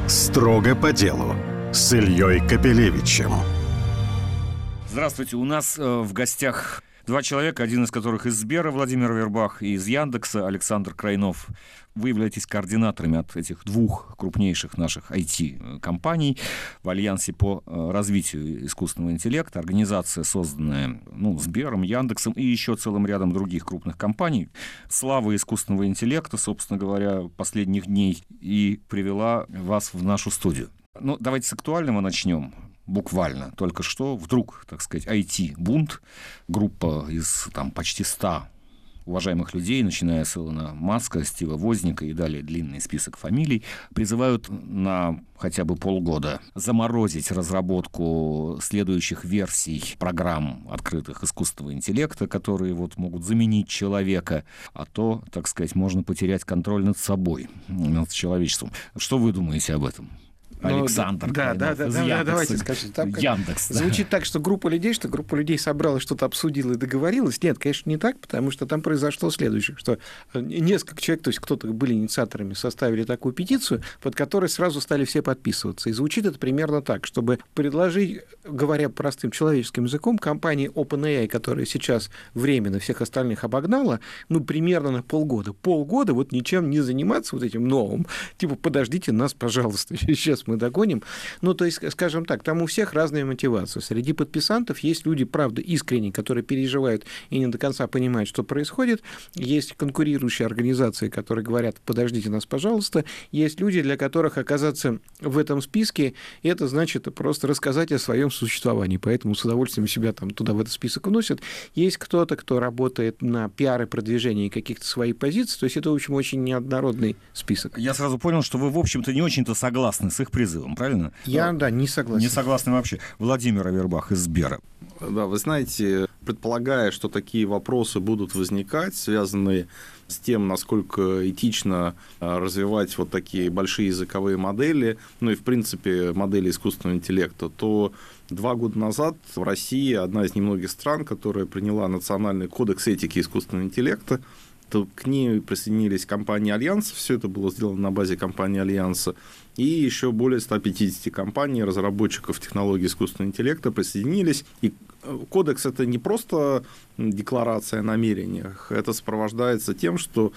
Строго по делу с Ильей Капелевичем. Здравствуйте, у нас в гостях два человека, один из которых из Сбера, Владимир Вербах, и из Яндекса, Александр Крайнов. Вы являетесь координаторами от этих двух крупнейших наших IT-компаний в Альянсе по развитию искусственного интеллекта. Организация, созданная Сбером, Яндексом и еще целым рядом других крупных компаний. Слава искусственного интеллекта, собственно говоря, последних дней и привела вас в нашу студию. Давайте с актуального начнем. Буквально только что вдруг, так сказать, IT-бунт, группа из почти 100 уважаемых людей, начиная с Илона Маска, Стива Возника и далее длинный список фамилий, призывают на хотя бы полгода заморозить разработку следующих версий программ открытых искусственного интеллекта, которые могут заменить человека, а то, так сказать, можно потерять контроль над собой, над человечеством. Что вы думаете об этом? Александр Крайнов из Яндекса. Давайте скажите. Яндекс. Звучит так, что группа людей собралась, что-то обсудила и договорилась. Нет, конечно, не так, потому что там произошло следующее, что несколько человек, то есть кто-то были инициаторами, составили такую петицию, под которой сразу стали все подписываться. И звучит это примерно так, чтобы предложить, говоря простым человеческим языком, компании OpenAI, которая сейчас временно всех остальных обогнала, примерно на полгода. Полгода ничем не заниматься этим новым. Подождите нас, пожалуйста, сейчас мы догоним. То есть, скажем так, там у всех разная мотивация. Среди подписантов есть люди, правда, искренние, которые переживают и не до конца понимают, что происходит. Есть конкурирующие организации, которые говорят: подождите нас, пожалуйста. Есть люди, для которых оказаться в этом списке, это значит просто рассказать о своем существовании, поэтому с удовольствием себя туда в этот список вносят. Есть кто-то, кто работает на пиар и продвижении каких-то своих позиций, то есть это, в общем, очень неоднородный список. Я сразу понял, что вы, в общем-то, не очень-то согласны с их призывом, правильно? Я, не согласен. Не согласны вообще. Владимир Вербах из Сбера. Да, вы знаете, предполагая, что такие вопросы будут возникать, связанные с тем, насколько этично развивать такие большие языковые модели, и, в принципе, модели искусственного интеллекта, то 2 года назад в России одна из немногих стран, которая приняла национальный кодекс этики искусственного интеллекта, то к ней присоединились компании Альянса, все это было сделано на базе компании Альянса, и еще более 150 компаний, разработчиков технологий искусственного интеллекта присоединились. И кодекс – это не просто декларация о намерениях, это сопровождается тем, что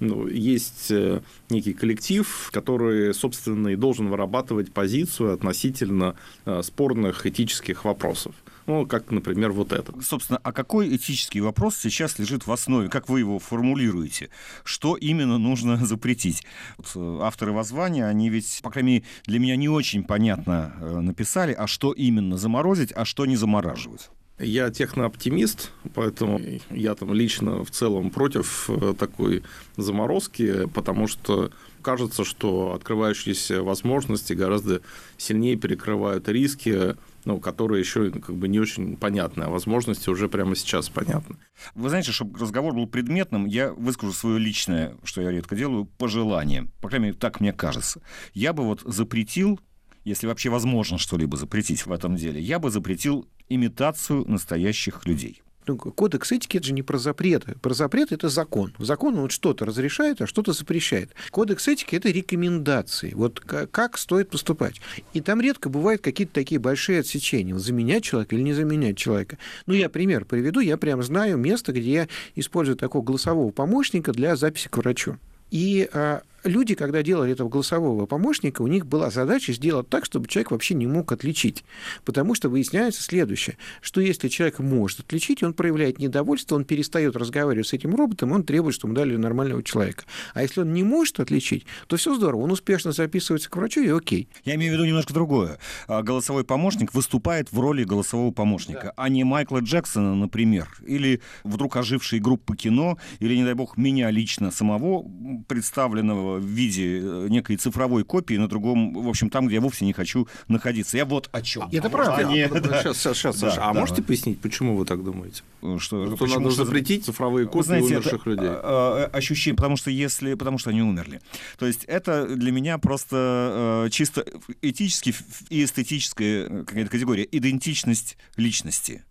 есть некий коллектив, который, собственно, и должен вырабатывать позицию относительно спорных этических вопросов. Как, например, это. Собственно, а какой этический вопрос сейчас лежит в основе? Как вы его формулируете? Что именно нужно запретить? Авторы воззвания, они ведь, по крайней мере, для меня не очень понятно написали, а что именно заморозить, а что не замораживать. Я технооптимист, поэтому я лично в целом против такой заморозки, потому что кажется, что открывающиеся возможности гораздо сильнее перекрывают риски, которые еще не очень понятны, а возможности уже прямо сейчас понятны. Вы знаете, чтобы разговор был предметным, я выскажу свое личное, что я редко делаю, пожелание. По крайней мере, так мне кажется. Я бы запретил, если вообще возможно что-либо запретить в этом деле, я бы запретил имитацию настоящих людей. Кодекс этики – это же не про запреты. Про запреты – это закон. Закон что-то разрешает, а что-то запрещает. Кодекс этики – это рекомендации. Как стоит поступать. И там редко бывают какие-то такие большие отсечения. Заменять человека или не заменять человека. Я пример приведу. Я прям знаю место, где я использую такого голосового помощника для записи к врачу. И люди, когда делали этого голосового помощника, у них была задача сделать так, чтобы человек вообще не мог отличить. Потому что выясняется следующее, что если человек может отличить, он проявляет недовольство, он перестает разговаривать с этим роботом, он требует, чтобы ему дали нормального человека. А если он не может отличить, то все здорово, он успешно записывается к врачу, и окей. Я имею в виду немножко другое. Голосовой помощник выступает в роли голосового помощника, а не Майкла Джексона, например, или вдруг ожившей группы кино, или, не дай бог, меня лично самого, представленного в виде некой цифровой копии на другом, в общем, там, где я вовсе не хочу находиться. Я о чем. Это правда. Сейчас, Саша, а можете пояснить, почему вы так думаете? Что надо запретить цифровые копии умерших людей? Ощущение, потому что они умерли. То есть это для меня просто чисто этически и эстетическая какая-то категория. Идентичность личности.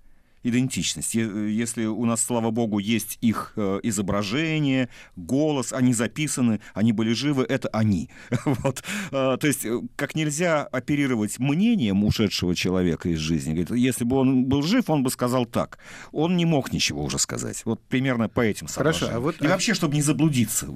идентичность. Если у нас, слава богу, есть их изображение, голос, они записаны, они были живы, это они. Вот. То есть как нельзя оперировать мнением ушедшего человека из жизни. Говорит, если бы он был жив, он бы сказал так. Он не мог ничего уже сказать. Вот примерно по этим соображениям. Хорошо, и вообще, чтобы не заблудиться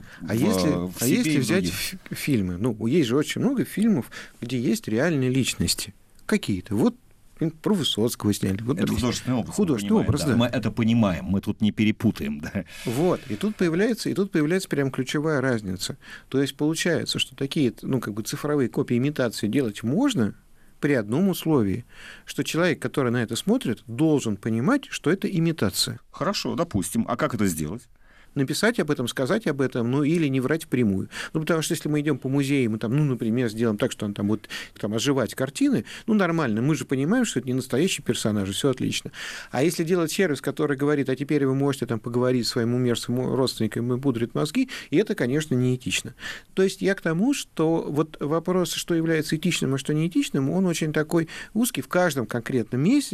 если взять фильмы, есть же очень много фильмов, где есть реальные личности какие-то. Вот про Высоцкого сняли. Вот это художественный образ. Художественный образ, да. Мы это понимаем, мы тут не перепутаем. Да. Вот. И тут появляется прям ключевая разница. То есть получается, что такие цифровые копии имитации делать можно при одном условии, что человек, который на это смотрит, должен понимать, что это имитация. Хорошо, допустим. А как это сделать? Написать об этом, сказать об этом, или не врать впрямую. Потому что если мы идем по музею, мы например, сделаем так, что он там будет оживать картины, нормально, мы же понимаем, что это не настоящий персонаж, все отлично. А если делать сервис, который говорит, а теперь вы можете поговорить с своим умершим родственником и пудрить мозги, и это, конечно, неэтично. То есть я к тому, что вот вопрос, что является этичным, а что неэтичным, он очень такой узкий в каждом конкретном месте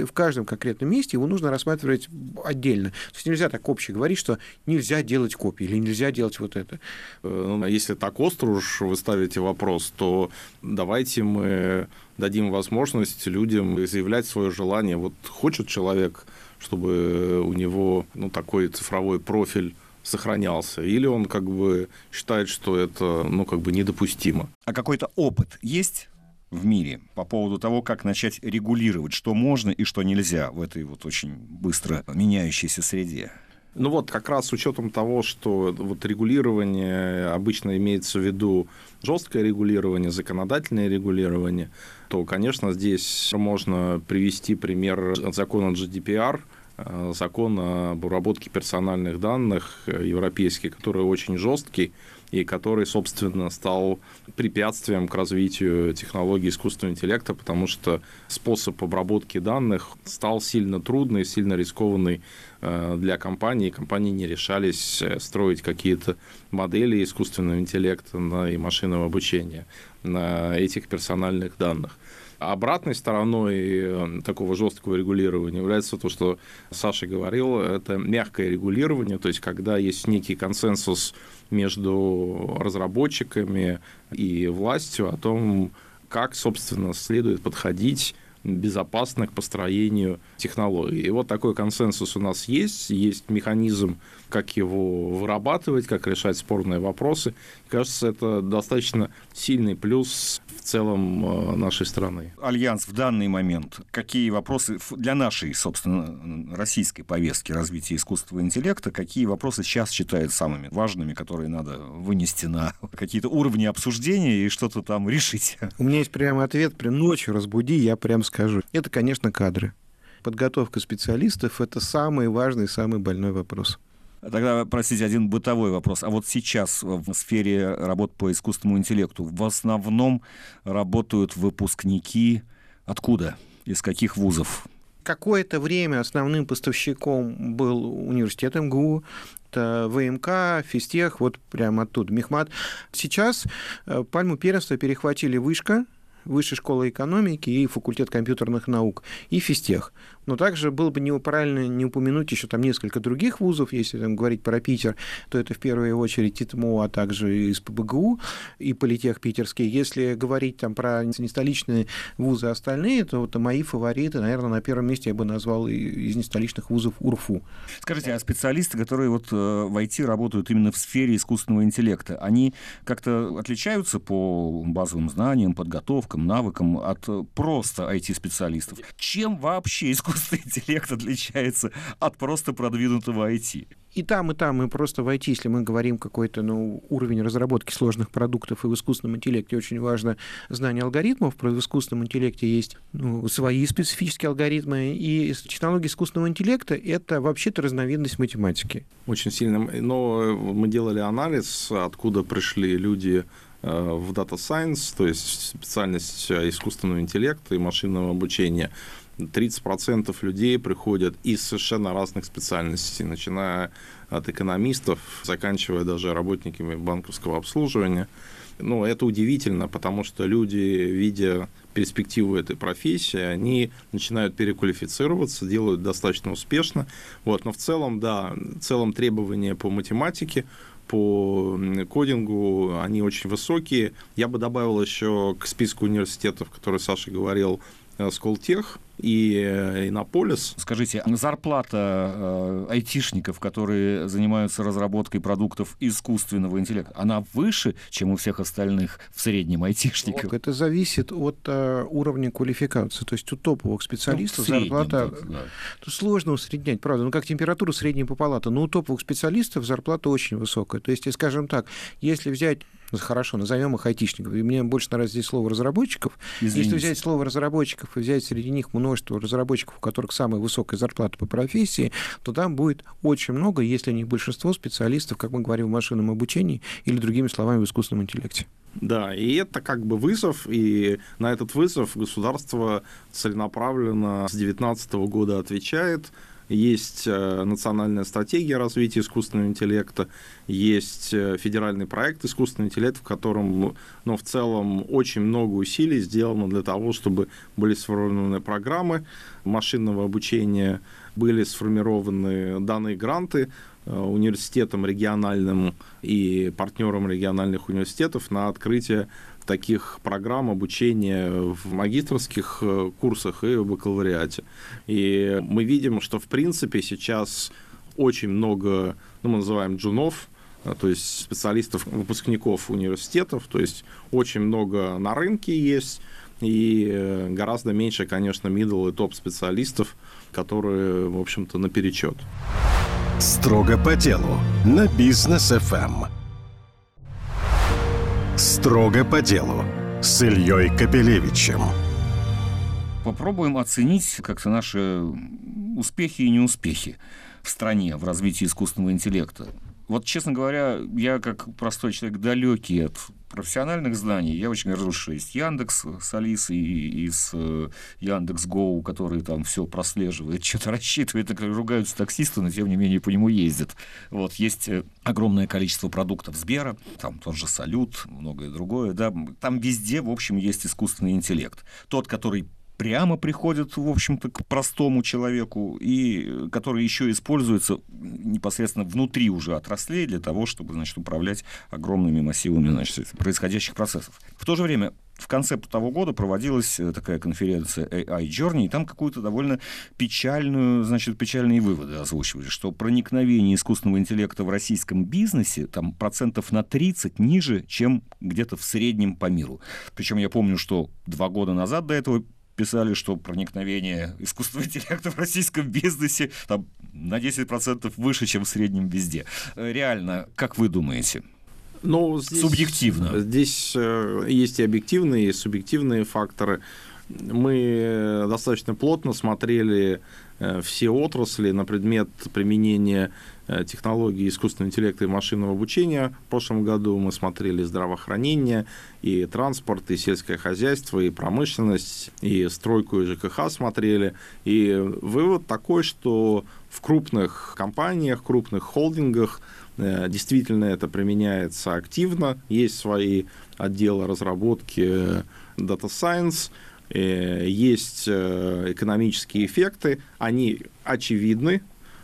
его нужно рассматривать отдельно. То есть нельзя так общее говорить, что нельзя делать копии или нельзя делать вот это. Если так остро уж вы ставите вопрос, то давайте мы дадим возможность людям заявлять свое желание. Вот хочет человек, чтобы у него такой цифровой профиль сохранялся, или он считает, что это недопустимо. А какой-то опыт есть в мире по поводу того, как начать регулировать, что можно и что нельзя в этой очень быстро меняющейся среде? Как раз с учетом того, что регулирование обычно имеется в виду жесткое регулирование, законодательное регулирование, то, конечно, здесь можно привести пример закона GDPR, закон об обработке персональных данных европейский, который очень жесткий и который, собственно, стал препятствием к развитию технологий искусственного интеллекта, потому что способ обработки данных стал сильно трудный, сильно рискованный для компаний. Компании не решались строить какие-то модели искусственного интеллекта и машинного обучения на этих персональных данных. Обратной стороной такого жесткого регулирования является то, что Саша говорил, это мягкое регулирование, то есть когда есть некий консенсус между разработчиками и властью о том, как, собственно, следует подходить безопасно к построению технологий. И вот такой консенсус у нас есть механизм, как его вырабатывать, как решать спорные вопросы. Кажется, это достаточно сильный плюс в целом нашей страны. Альянс в данный момент, какие вопросы для нашей, собственно, российской повестки развития искусственного интеллекта, какие вопросы сейчас считают самыми важными, которые надо вынести на какие-то уровни обсуждения и что-то там решить? У меня есть прямо ответ, ночью разбуди, я прям скажу. Это, конечно, кадры. Подготовка специалистов – это самый важный, самый больной вопрос. Тогда, простите, один бытовой вопрос. А вот сейчас в сфере работ по искусственному интеллекту в основном работают выпускники откуда? Из каких вузов? Какое-то время основным поставщиком был университет МГУ, это ВМК, Физтех, вот прямо оттуда, Мехмат. Сейчас пальму первенства перехватили Высшая школа экономики и факультет компьютерных наук, и Физтех. Но также было бы правильно не упомянуть еще там несколько других вузов. Если говорить про Питер, то это в первую очередь ТИТМО, а также из ПБГУ и Политех питерский. Если говорить там про нестоличные вузы остальные, то мои фавориты, наверное, на первом месте я бы назвал из нестоличных вузов УРФУ. Скажите, а специалисты, которые в IT работают именно в сфере искусственного интеллекта, они как-то отличаются по базовым знаниям, подготовкам, навыкам от просто IT-специалистов? Чем вообще искусственный интеллект отличается от просто продвинутого IT? И там, и просто в IT, если мы говорим какой-то уровень разработки сложных продуктов, и в искусственном интеллекте очень важно знание алгоритмов. В искусственном интеллекте есть свои специфические алгоритмы, и технологии искусственного интеллекта — это вообще-то разновидность математики. Очень сильно. Но мы делали анализ, откуда пришли люди в Data Science, то есть специальность искусственного интеллекта и машинного обучения. 30% людей приходят из совершенно разных специальностей, начиная от экономистов, заканчивая даже работниками банковского обслуживания. Ну, это удивительно, потому что люди, видя перспективу этой профессии, они начинают переквалифицироваться, делают достаточно успешно. Вот. Но в целом, да, в целом требования по математике, по кодингу, они очень высокие. Я бы добавил еще к списку университетов, который Саша говорил, Сколтех и Иннополис. Скажите, зарплата айтишников, которые занимаются разработкой продуктов искусственного интеллекта, она выше, чем у всех остальных в среднем айтишников? Это зависит от уровня квалификации. То есть у топовых специалистов зарплата... Так, да. Тут сложно усреднять, правда. Как температура средняя по палате. Но у топовых специалистов зарплата очень высокая. То есть, скажем так, если взять... Хорошо, назовем их айтишников. И мне больше нравится здесь слово разработчиков. Извините. Если взять слово разработчиков и взять среди них множество разработчиков, у которых самая высокая зарплата по профессии, то там будет очень много, если не большинство специалистов, как мы говорим, в машинном обучении или, другими словами, в искусственном интеллекте. Да, и это как бы вызов, и на этот вызов государство целенаправленно с 2019 года отвечает. Есть национальная стратегия развития искусственного интеллекта, есть федеральный проект искусственного интеллекта, в котором, в целом очень много усилий сделано для того, чтобы были сформированы программы машинного обучения, были сформированы данные гранты университетам региональным и партнерам региональных университетов на открытие таких программ обучения в магистерских курсах и в бакалавриате. И мы видим, что, в принципе, сейчас очень много, мы называем джунов, то есть специалистов, выпускников университетов, то есть очень много на рынке есть, и гораздо меньше, конечно, middle и топ-специалистов, которые, в общем-то, наперечет. Строго по делу на Бизнес ФМ. Строго по делу с Ильей Капелевичем. Попробуем оценить как-то наши успехи и неуспехи в стране в развитии искусственного интеллекта. Вот, честно говоря, я как простой человек, далекий от профессиональных знаний, я очень горжусь, что есть Яндекс с Алисой и с Яндекс.Гоу, который там все прослеживает, что-то рассчитывает, и ругаются таксисты, но тем не менее по нему ездят. Вот, есть огромное количество продуктов Сбера, там тот же Салют, многое другое, да, там везде, в общем, есть искусственный интеллект. Тот, который прямо приходит, в общем-то, к простому человеку, и который еще используется непосредственно внутри уже отраслей для того, чтобы, значит, управлять огромными массивами, значит, происходящих процессов. В то же время в конце того года проводилась такая конференция AI Journey, и там какую-то довольно печальные выводы озвучивали, что проникновение искусственного интеллекта в российском бизнесе там процентов на 30 ниже, чем где-то в среднем по миру. Причем я помню, что 2 года назад до этого писали, что проникновение искусственного интеллекта в российском бизнесе там, на 10% выше, чем в среднем везде. Реально, как вы думаете? Здесь, субъективно. Здесь есть и объективные, и субъективные факторы. Мы достаточно плотно смотрели все отрасли на предмет применения технологий искусственного интеллекта и машинного обучения. В прошлом году мы смотрели здравоохранение, и транспорт, и сельское хозяйство, и промышленность, и стройку, и ЖКХ смотрели. И вывод такой, что в крупных компаниях, крупных холдингах действительно это применяется активно. Есть свои отделы разработки Data Science, есть экономические эффекты, они очевидны,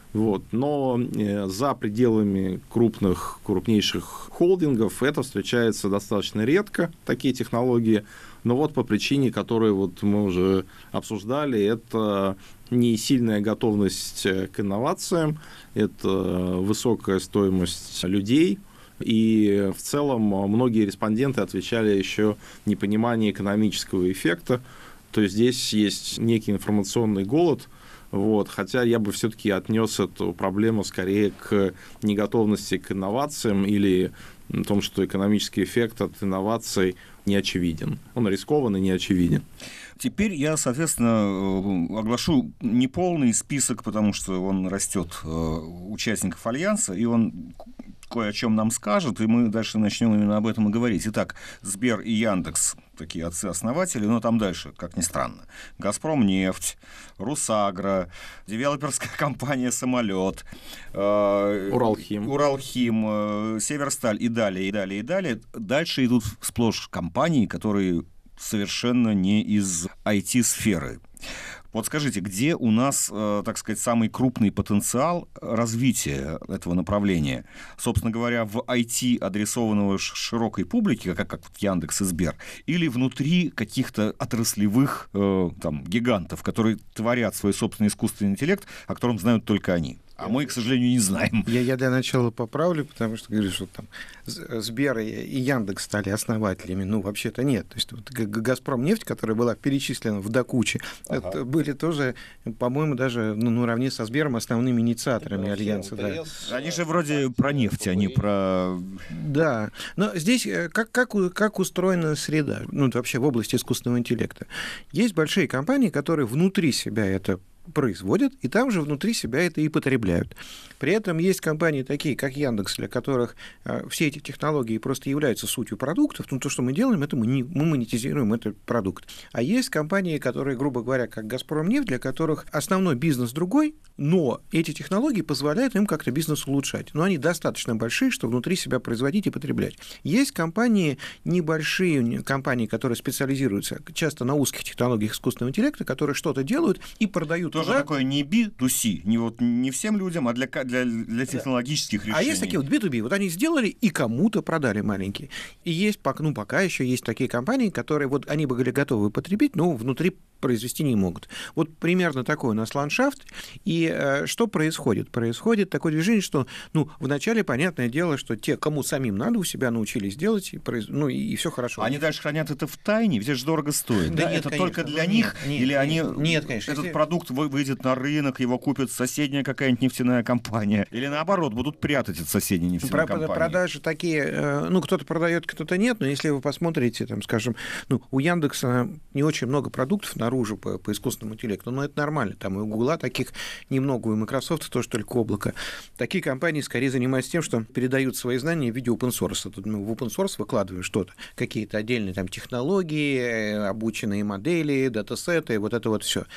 но за пределами крупнейших холдингов это встречается достаточно редко, такие технологии. Но по причине, которую мы уже обсуждали, это не сильная готовность к инновациям, это высокая стоимость людей. И в целом многие респонденты отвечали еще непонимание экономического эффекта. То есть здесь есть некий информационный голод, хотя я бы все-таки отнес эту проблему скорее к неготовности к инновациям или о том, что экономический эффект от инноваций не очевиден. Он рискован и не очевиден. Теперь я, соответственно, оглашу неполный список, потому что он растет участников Альянса, и он кое о чем нам скажет, и мы дальше начнем именно об этом и говорить. Итак, Сбер и Яндекс такие отцы-основатели, но там дальше, как ни странно. «Газпромнефть», «Русагра», девелоперская компания «Самолет», «Уралхим», «Северсталь» и далее, и далее, и далее. Дальше идут сплошь компании, которые совершенно не из IT-сферы. Вот скажите, где у нас, так сказать, самый крупный потенциал развития этого направления? Собственно говоря, в IT, адресованного широкой публике, как Яндекс и Сбер, или внутри каких-то отраслевых гигантов, которые творят свой собственный искусственный интеллект, о котором знают только они? А мы, к сожалению, не знаем. Я для начала поправлю, потому что говорю, что там Сбер и Яндекс стали основателями. Ну, вообще-то нет. То есть вот «Газпромнефть», которая была перечислена в докуче, это были тоже, по-моему, даже наравне со Сбером основными инициаторами альянса. Да. Они же вроде про нефть, а не про... Да. Но здесь как устроена среда, ну, вообще в области искусственного интеллекта. Есть большие компании, которые внутри себя это производят, и там же внутри себя это и потребляют. При этом есть компании такие, как Яндекс, для которых все эти технологии просто являются сутью продуктов, но то, что мы делаем, это мы монетизируем этот продукт. А есть компании, которые, грубо говоря, как «Газпромнефть», для которых основной бизнес другой, но эти технологии позволяют им как-то бизнес улучшать. Но они достаточно большие, чтобы внутри себя производить и потреблять. Есть компании, небольшие компании, которые специализируются часто на узких технологиях искусственного интеллекта, которые что-то делают и продают тоже туда. Такое не B2C, не всем людям, а для технологических решений. А есть такие вот B2B, вот они сделали и кому-то продали маленькие. И есть, пока еще есть такие компании, которые вот они были готовы потребить, но внутри произвести не могут. Вот примерно такой у нас ландшафт. И что происходит? Происходит такое движение, что, вначале, понятное дело, что те, кому самим надо, у себя научились делать, и все хорошо. Они дальше хранят это в тайне, ведь это же дорого стоит. Да, нет, это конечно, только для них? Или нет, конечно. Этот продукт выйдет на рынок, его купит соседняя какая-нибудь нефтяная компания? Или наоборот, будут прятать от соседней нефтяной компании? Продажи такие, кто-то продает, кто-то нет, но если вы посмотрите, там, скажем, у Яндекса не очень много продуктов наружу по искусственному интеллекту, но это нормально. Там и у Гугла таких немного, у Microsoft тоже только облако. Такие компании скорее занимаются тем, что передают свои знания в виде open source. Тут мы в open source выкладываем что-то, какие-то отдельные там технологии, обученные модели, датасеты, вот это вот все.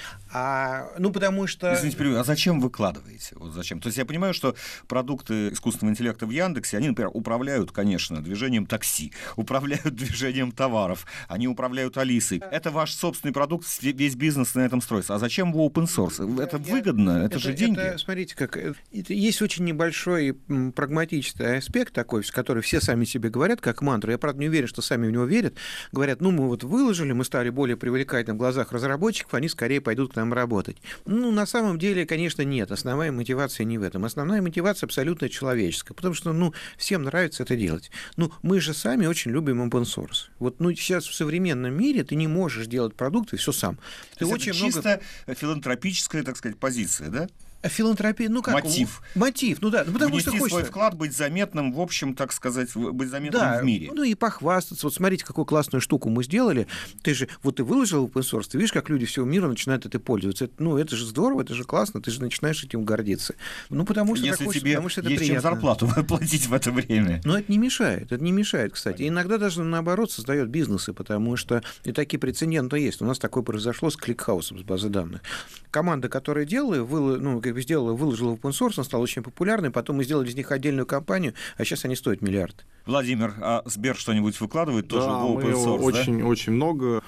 Потому что... Извините, а зачем выкладываете? Вот зачем? То есть я понимаю, что продукты искусственного интеллекта в Яндексе, они, например, управляют, конечно, движением такси, управляют движением товаров, они управляют Алисой. Это ваш собственный продукт, весь бизнес на этом строится. А зачем вы open source? Это выгодно, это же деньги. Смотрите, есть очень небольшой прагматический аспект такой, который все сами себе говорят, как мантру. Я, правда, не уверен, что сами в него верят. Говорят, мы вот выложили, мы стали более привлекательным в глазах разработчиков, они скорее пойдут к нам работать. На самом деле, конечно, нет. Основная мотивация не в этом. Основная мотивация абсолютно человеческая, потому что, всем нравится это делать. Мы же сами очень любим open source. Вот, сейчас в современном мире ты не можешь делать продукты все сам. Ты очень это чисто филантропическая, так сказать, позиция, да? Филантропия, Мотив. Да. Потому внести что хочется... свой вклад, быть заметным, в общем, так сказать, быть заметным в мире. И похвастаться. Вот смотрите, какую классную штуку мы сделали. Ты выложил open source, ты видишь, как люди всего мира начинают это пользоваться. Это же здорово, это же классно, ты же начинаешь этим гордиться. Потому что если так тебе потому что это есть приятно. чем зарплату платить в это время. Но это не мешает, кстати. Иногда даже, наоборот, создает бизнесы, потому что и такие прецеденты есть. У нас такое произошло с ClickHouse, с базы данных. Команда, которая делала, выложила в open source, он стал очень популярный, потом мы сделали из них отдельную компанию, а сейчас они стоят миллиард. Владимир, а Сбер что-нибудь выкладывает тоже в open source? Очень много,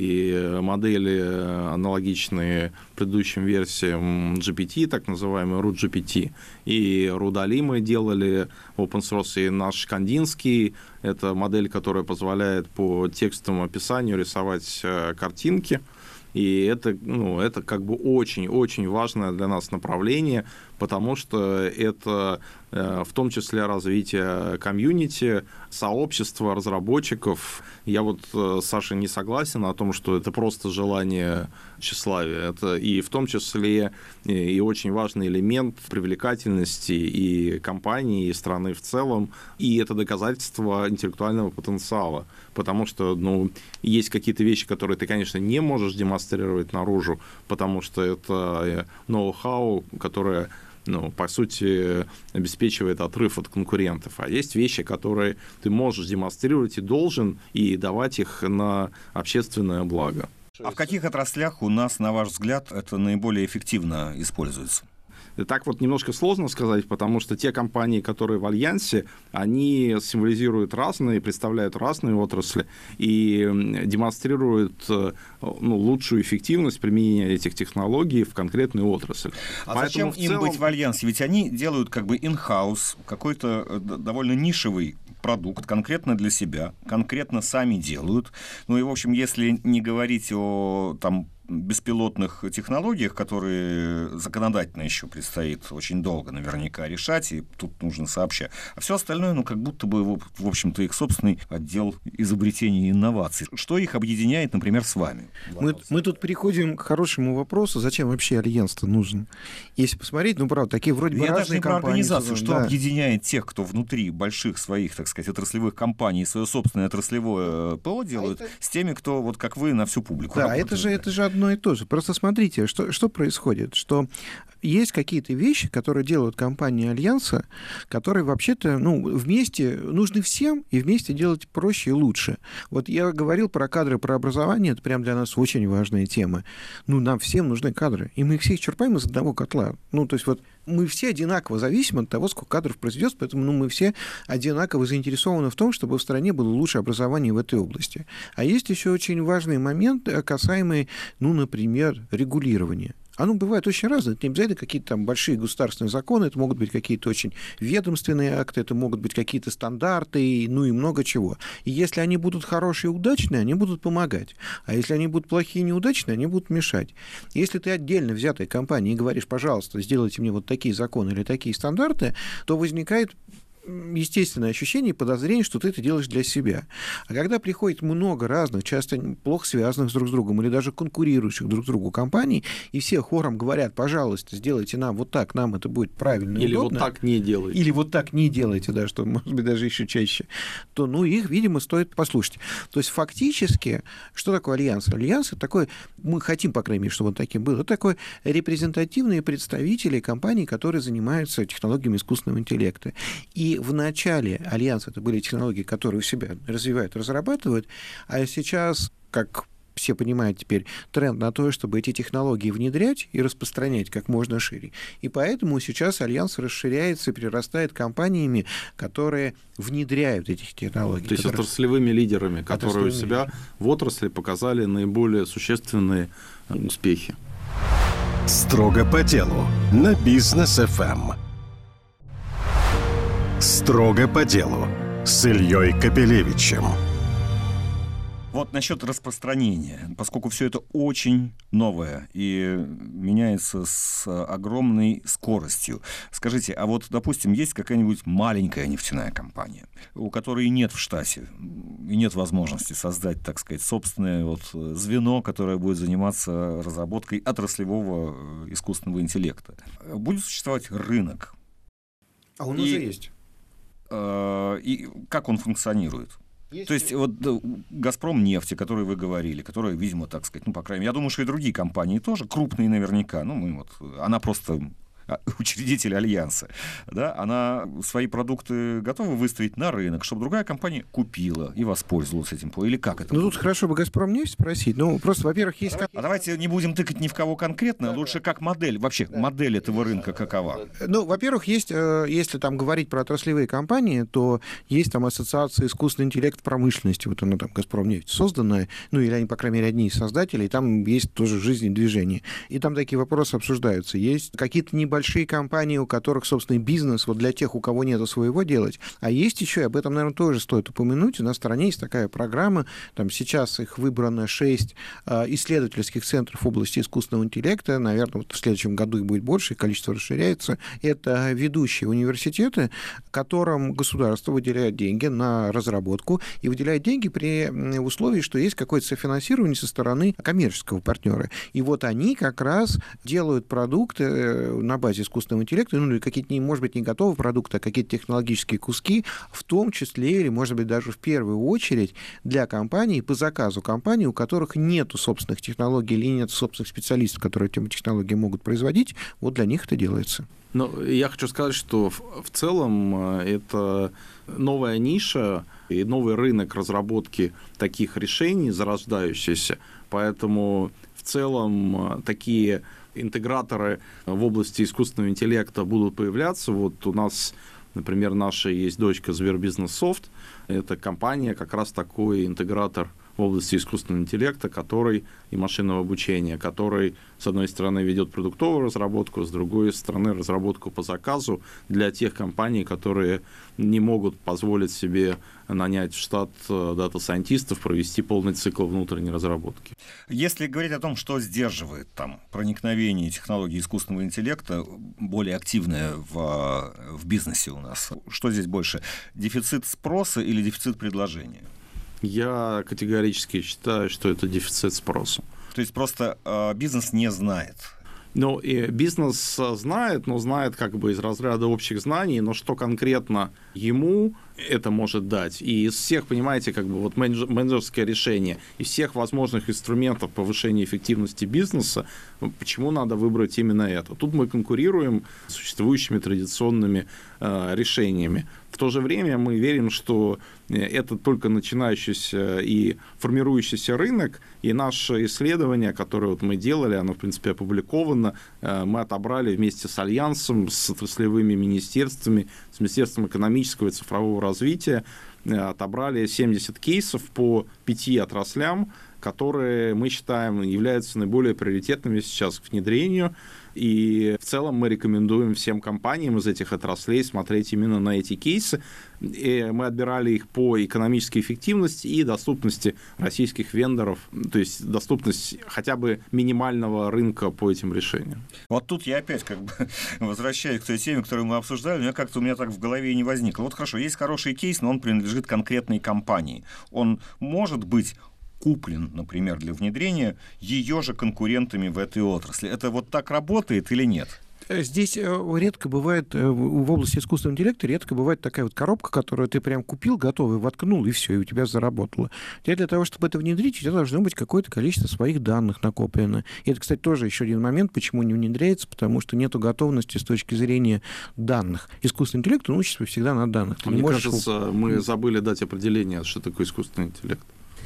и модели аналогичные предыдущим версиям GPT, так называемый RUD-GPT, и RUD-Ali мы делали в open source, и наш Кандинский, это модель, которая позволяет по текстовому описанию рисовать картинки. И это как бы очень-очень важное для нас направление, потому что это в том числе развитие комьюнити, сообщества разработчиков. Я с Сашей не согласен о том, что это просто желание тщеславия. Это и в том числе и очень важный элемент привлекательности и компании, и страны в целом. И это доказательство интеллектуального потенциала. Потому что есть какие-то вещи, которые ты, конечно, не можешь демонстрировать наружу, потому что это ноу-хау, которое по сути, обеспечивает отрыв от конкурентов. А есть вещи, которые ты можешь демонстрировать и должен, и давать их на общественное благо. А в каких отраслях у нас, на ваш взгляд, это наиболее эффективно используется? Так вот немножко сложно сказать, потому что те компании, которые в Альянсе, они символизируют разные, представляют разные отрасли и демонстрируют лучшую эффективность применения этих технологий в конкретной отрасли. А поэтому зачем им быть в Альянсе? Ведь они делают как бы in-house, какой-то довольно нишевый продукт конкретно для себя, конкретно сами делают. Ну и, в общем, если не говорить о беспилотных технологиях, которые законодательно еще предстоит очень долго наверняка решать, и тут нужно сообща. А все остальное, как будто бы, в общем-то, их собственный отдел изобретений и инноваций. Что их объединяет, например, с вами? Мы тут переходим к хорошему вопросу, зачем вообще Альянс-то нужен? Если посмотреть, правда, такие вроде бы разные компании. Я даже не про организацию, что объединяет тех, кто внутри больших своих, так сказать, отраслевых компаний свое собственное отраслевое ПО делают, с теми, кто, вот как вы, на всю публику работает. Это же одно и то же. Просто смотрите, что происходит. Что есть какие-то вещи, которые делают компании Альянса, которые вообще-то вместе нужны всем, и вместе делать проще и лучше. Вот я говорил про кадры, про образование, это прям для нас очень важная тема. Нам всем нужны кадры, и мы их всех черпаем из одного котла. То есть вот мы все одинаково зависим от того, сколько кадров произведется, поэтому мы все одинаково заинтересованы в том, чтобы в стране было лучшее образование в этой области. А есть еще очень важный момент, касаемый, например, регулирования. Оно бывает очень разное. Это не обязательно какие-то большие государственные законы, это могут быть какие-то очень ведомственные акты, это могут быть какие-то стандарты, и много чего. И если они будут хорошие и удачные, они будут помогать. А если они будут плохие и неудачные, они будут мешать. Если ты отдельно взятой компании и говоришь, пожалуйста, сделайте мне вот такие законы или такие стандарты, то возникает естественное ощущение и подозрение, что ты это делаешь для себя. А когда приходит много разных, часто плохо связанных друг с другом или даже конкурирующих друг с другу компаний, и все хором говорят, пожалуйста, сделайте нам вот так, нам это будет правильно и удобно. Или вот так не делайте. Или вот так не делайте, да, что, может быть, даже еще чаще. То, их, видимо, стоит послушать. То есть, фактически, что такое Альянс? Альянс — это такой, мы хотим, по крайней мере, чтобы он таким был, это такой репрезентативные представители компаний, которые занимаются технологиями искусственного интеллекта. И в начале Альянса это были технологии, которые у себя развивают, разрабатывают, а сейчас, как все понимают теперь, тренд на то, чтобы эти технологии внедрять и распространять как можно шире. И поэтому сейчас Альянс расширяется и перерастает компаниями, которые внедряют эти технологии. То есть отраслевыми лидерами, которые у себя в отрасли показали наиболее существенные успехи. Строго по делу на Бизнес ФМ. Строго по делу с Ильей Капелевичем. Вот насчет распространения, поскольку все это очень новое и меняется с огромной скоростью. Скажите, а вот, допустим, есть какая-нибудь маленькая нефтяная компания, у которой нет в штате и нет возможности создать, так сказать, собственное звено, которое будет заниматься разработкой отраслевого искусственного интеллекта. Будет существовать рынок? А у нас же есть. И как он функционирует? То есть «Газпром» нефть, о которой вы говорили, которая, видимо, так сказать, по крайней мере, я думаю, что и другие компании тоже, крупные наверняка, она просто учредитель Альянса, да, она свои продукты готова выставить на рынок, чтобы другая компания купила и воспользовалась этим. Или как это? Тут хорошо бы «Газпром» нефть спросить. Просто, во-первых, есть... А давайте не будем тыкать ни в кого конкретно, лучше как модель. Вообще, модель этого рынка какова? Во-первых, есть, если там говорить про отраслевые компании, то есть там ассоциация искусственный интеллект в промышленности. Вот она там, «Газпром» нефть созданная, или они, по крайней мере, одни из создателей, там есть тоже жизнь и движение. И там такие вопросы обсуждаются. Есть какие-то небольшие компании, у которых, собственно, бизнес для тех, у кого нету своего делать. А есть еще, и об этом, наверное, тоже стоит упомянуть, у нас в стране есть такая программа, там сейчас их выбрано 6 исследовательских центров в области искусственного интеллекта, наверное, в следующем году их будет больше, их количество расширяется. Это ведущие университеты, которым государство выделяет деньги на разработку и выделяет деньги при условии, что есть какое-то софинансирование со стороны коммерческого партнера. И вот они как раз делают продукты на базе искусственного интеллекта, ну, или какие-то, может быть, не готовые продукты, а какие-то технологические куски, в том числе, или, может быть, даже в первую очередь для компаний, по заказу компаний, у которых нет собственных технологий или нет собственных специалистов, которые эти технологии могут производить, вот для них это делается. Ну, я хочу сказать, что в целом это новая ниша и новый рынок разработки таких решений, зарождающийся. Поэтому в целом такие интеграторы в области искусственного интеллекта будут появляться. Вот у нас, например, наша есть дочка Сбербизнес-Софт. Это компания, как раз такой интегратор в области искусственного интеллекта, который и машинного обучения, который, с одной стороны, ведет продуктовую разработку, с другой стороны, разработку по заказу для тех компаний, которые не могут позволить себе нанять в штат дата-сайентистов, провести полный цикл внутренней разработки. Если говорить о том, что сдерживает там проникновение технологий искусственного интеллекта, более активное в бизнесе у нас, что здесь больше? Дефицит спроса или дефицит предложения? Я категорически считаю, что это дефицит спроса. То есть просто бизнес не знает. Ну, и бизнес знает, но знает как бы из разряда общих знаний, но что конкретно ему это может дать. И из всех, понимаете, как бы вот менеджерское решение, из всех возможных инструментов повышения эффективности бизнеса, почему надо выбрать именно это? Тут мы конкурируем с существующими традиционными решениями. В то же время мы верим, что это только начинающийся и формирующийся рынок, и наше исследование, которое вот мы делали, оно, в принципе, опубликовано, мы отобрали вместе с Альянсом, с отраслевыми министерствами, с Министерством экономического и цифрового развития, отобрали 70 кейсов по 5 отраслям, которые мы считаем являются наиболее приоритетными сейчас к внедрению. И в целом мы рекомендуем всем компаниям из этих отраслей смотреть именно на эти кейсы. И мы отбирали их по экономической эффективности и доступности российских вендоров, то есть доступность хотя бы минимального рынка по этим решениям. Вот тут я опять как бы возвращаюсь к той теме, которую мы обсуждали, у меня так в голове и не возникло. Вот хорошо, есть хороший кейс, но он принадлежит конкретной компании. Он может быть куплен, например, для внедрения ее же конкурентами в этой отрасли. Это вот так работает или нет? Здесь редко бывает, в области искусственного интеллекта редко бывает такая вот коробка, которую ты прям купил, готовый, воткнул, и все, и у тебя заработало. Для того, чтобы это внедрить, у тебя должно быть какое-то количество своих данных накоплено. И это, кстати, тоже еще один момент, почему не внедряется, потому что нет готовности с точки зрения данных. Искусственный интеллект, он учится всегда на данных. Мне кажется, мы забыли дать определение, что такое искусственный интеллект.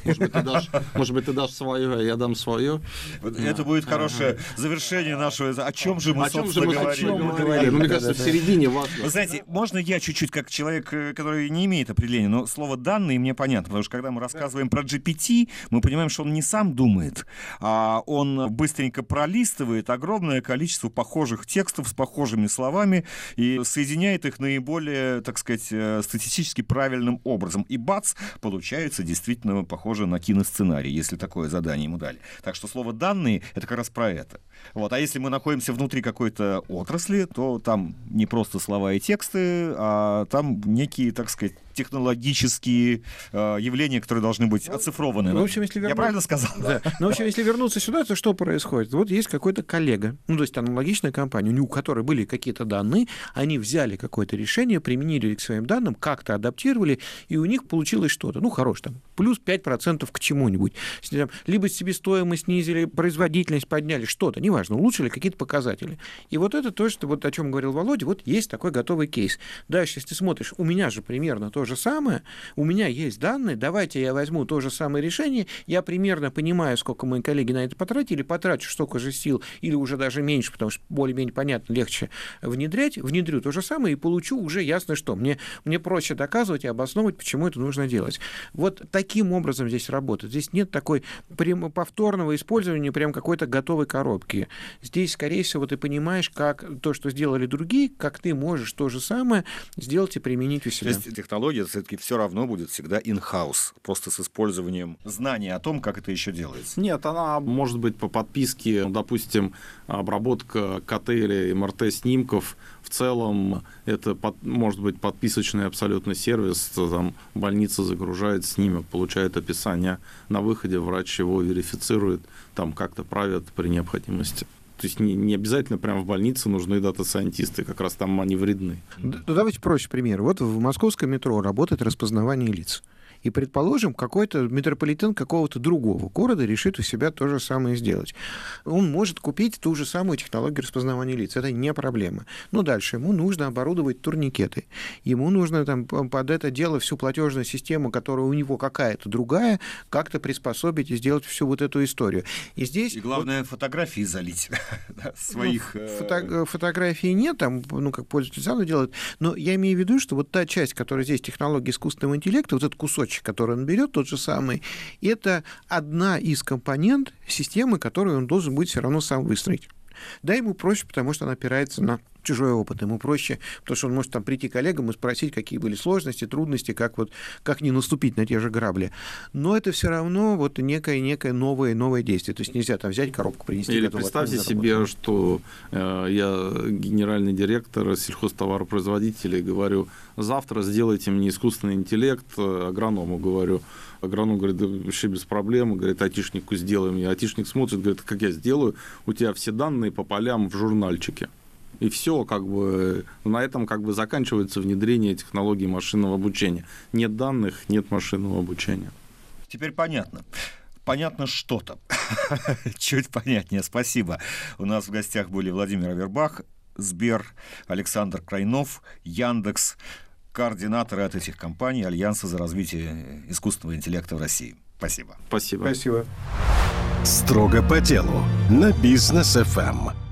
Может быть, ты дашь свое, а я дам свое. Это будет хорошее завершение нашего... О чем же мы, собственно, говорили? Мне кажется, в середине важно. Вы знаете, можно я чуть-чуть, как человек, который не имеет определения, но слово «данные» мне понятно, потому что когда мы рассказываем про GPT, мы понимаем, что он не сам думает, а он быстренько пролистывает огромное количество похожих текстов с похожими словами и соединяет их наиболее, так сказать, статистически правильным образом. И бац, получается действительно похоже на киносценарий, если такое задание ему дали. Так что слово «данные» — это как раз про это. Вот. А если мы находимся внутри какой-то отрасли, то там не просто слова и тексты, а там некие, так сказать, технологические явления, которые должны быть оцифрованы. В общем, если Я правильно сказал? Да. Ну, в общем, если вернуться сюда, то что происходит? Вот есть какой-то коллега, ну, то есть аналогичная компания, у которой были какие-то данные, они взяли какое-то решение, применили к своим данным, как-то адаптировали, и у них получилось что-то, ну, хорош, там, плюс 5% к чему-нибудь. Либо себестоимость снизили, производительность подняли, что-то, неважно, улучшили какие-то показатели. И вот это то, что, вот о чем говорил Володя, вот есть такой готовый кейс. Дальше, если ты смотришь, у меня же примерно то же самое, у меня есть данные, давайте я возьму то же самое решение, я примерно понимаю, сколько мои коллеги на это потратили, потрачу столько же сил или уже даже меньше, потому что более-менее понятно, легче внедрять, внедрю то же самое и получу уже ясно, что мне проще доказывать и обосновывать, почему это нужно делать. Вот таким образом здесь работает. Здесь нет такой повторного использования прям какой-то готовой коробки. Здесь, скорее всего, ты понимаешь, как то, что сделали другие, как ты можешь то же самое сделать и применить у себя. То есть технология все-таки все равно будет всегда in-house, просто с использованием знания о том, как это еще делается. Нет, она может быть по подписке, допустим, обработка КТ или МРТ снимков. В целом это может быть подписочный абсолютно сервис. Там больница загружает снимок, получает описание. На выходе врач его верифицирует, там как-то правят при необходимости. То есть не обязательно прямо в больнице нужны дата-сайентисты, как раз там они вредны. Ну, давайте проще пример. Вот в московском метро работает распознавание лиц. И, предположим, какой-то метрополитен какого-то другого города решит у себя то же самое сделать. Он может купить ту же самую технологию распознавания лиц. Это не проблема. Но дальше ему нужно оборудовать турникеты. Ему нужно там, под это дело всю платежную систему, которая у него какая-то другая, как-то приспособить и сделать всю вот эту историю. И здесь... И главное, фотографии залить своих... Фотографий нет, там, как пользователь сам делает. Но я имею в виду, что вот та часть, которая здесь технология искусственного интеллекта, вот этот кусочек, который он берет, тот же самый, это одна из компонент системы, которую он должен будет все равно сам выстроить. Да, ему проще, потому что он опирается на чужой опыт. Ему проще, потому что он может там прийти к коллегам и спросить, какие были сложности, трудности, как не наступить на те же грабли. Но это все равно вот некое новое действие. То есть нельзя там взять коробку, принести. Или представьте себе, что я генеральный директор сельхозтоваропроизводителей, говорю, завтра сделайте мне искусственный интеллект, агроному говорю. Агроном говорит, да вообще без проблем, говорит, айтишнику сделаем. И айтишник смотрит, говорит, как я сделаю, у тебя все данные по полям в журнальчике. И все, на этом заканчивается внедрение технологий машинного обучения. Нет данных, нет машинного обучения. Теперь понятно. Понятно что-то. Чуть понятнее. Спасибо. У нас в гостях были Владимир Авербах, Сбер, Александр Крайнов, Яндекс, координаторы от этих компаний Альянса за развитие искусственного интеллекта в России. Спасибо. Спасибо. Спасибо. Строго по делу на Бизнес ФМ.